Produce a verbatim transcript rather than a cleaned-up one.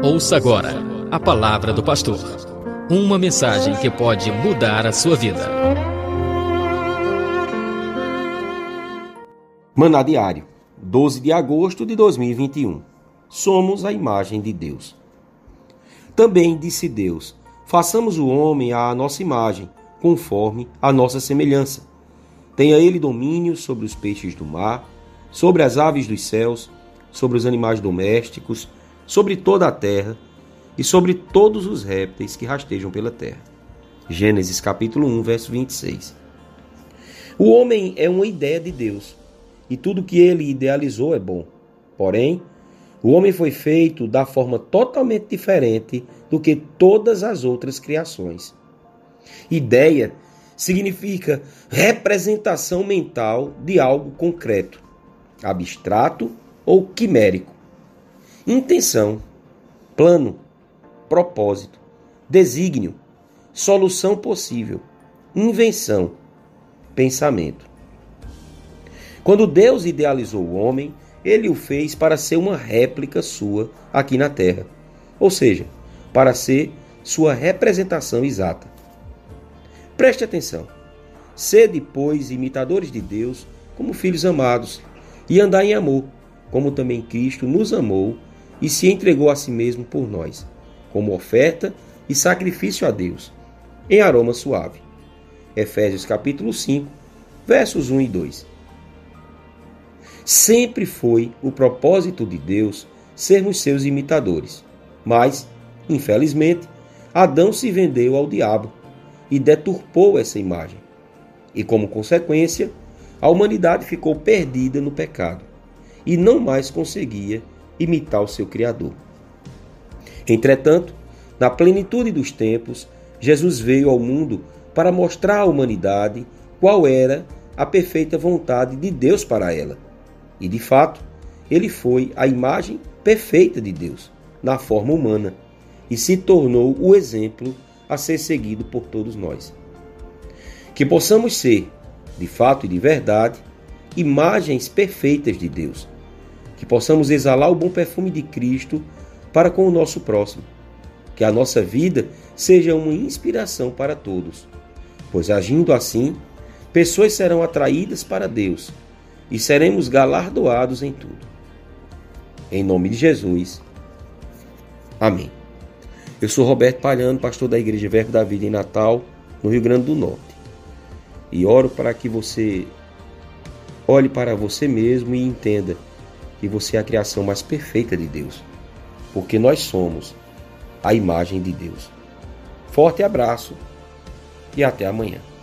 Ouça agora a palavra do pastor. Uma mensagem que pode mudar a sua vida. Maná diário, doze de agosto de dois mil e vinte e um. Somos a imagem de Deus. Também disse Deus: façamos o homem à nossa imagem, conforme a nossa semelhança. Tenha ele domínio sobre os peixes do mar, sobre as aves dos céus, sobre os animais domésticos, sobre toda a terra e sobre todos os répteis que rastejam pela terra. Gênesis capítulo um, verso vinte e seis. O homem é uma ideia de Deus, e tudo que ele idealizou é bom. Porém, o homem foi feito da forma totalmente diferente do que todas as outras criações. Ideia significa representação mental de algo concreto, abstrato ou quimérico. Intenção, plano, propósito, desígnio, solução possível, invenção, pensamento. Quando Deus idealizou o homem, ele o fez para ser uma réplica sua aqui na terra, ou seja, para ser sua representação exata. Preste atenção. Sede, pois, imitadores de Deus como filhos amados, e andai em amor, como também Cristo nos amou e se entregou a si mesmo por nós, como oferta e sacrifício a Deus, em aroma suave. Efésios capítulo cinco, versos um e dois. Sempre foi o propósito de Deus sermos seus imitadores, mas, infelizmente, Adão se vendeu ao diabo e deturpou essa imagem. E, como consequência, a humanidade ficou perdida no pecado e não mais conseguia imitar o seu Criador. Entretanto, na plenitude dos tempos, Jesus veio ao mundo para mostrar à humanidade qual era a perfeita vontade de Deus para ela. E, de fato, ele foi a imagem perfeita de Deus, na forma humana, e se tornou o exemplo a ser seguido por todos nós. Que possamos ser, de fato e de verdade, imagens perfeitas de Deus. Que possamos exalar o bom perfume de Cristo para com o nosso próximo. Que a nossa vida seja uma inspiração para todos, pois agindo assim, pessoas serão atraídas para Deus e seremos galardoados em tudo. Em nome de Jesus. Amém. Eu sou Roberto Palhano, pastor da Igreja Verbo da Vida em Natal, no Rio Grande do Norte. E oro para que você olhe para você mesmo e entenda que você é a criação mais perfeita de Deus, porque nós somos a imagem de Deus. Forte abraço e até amanhã.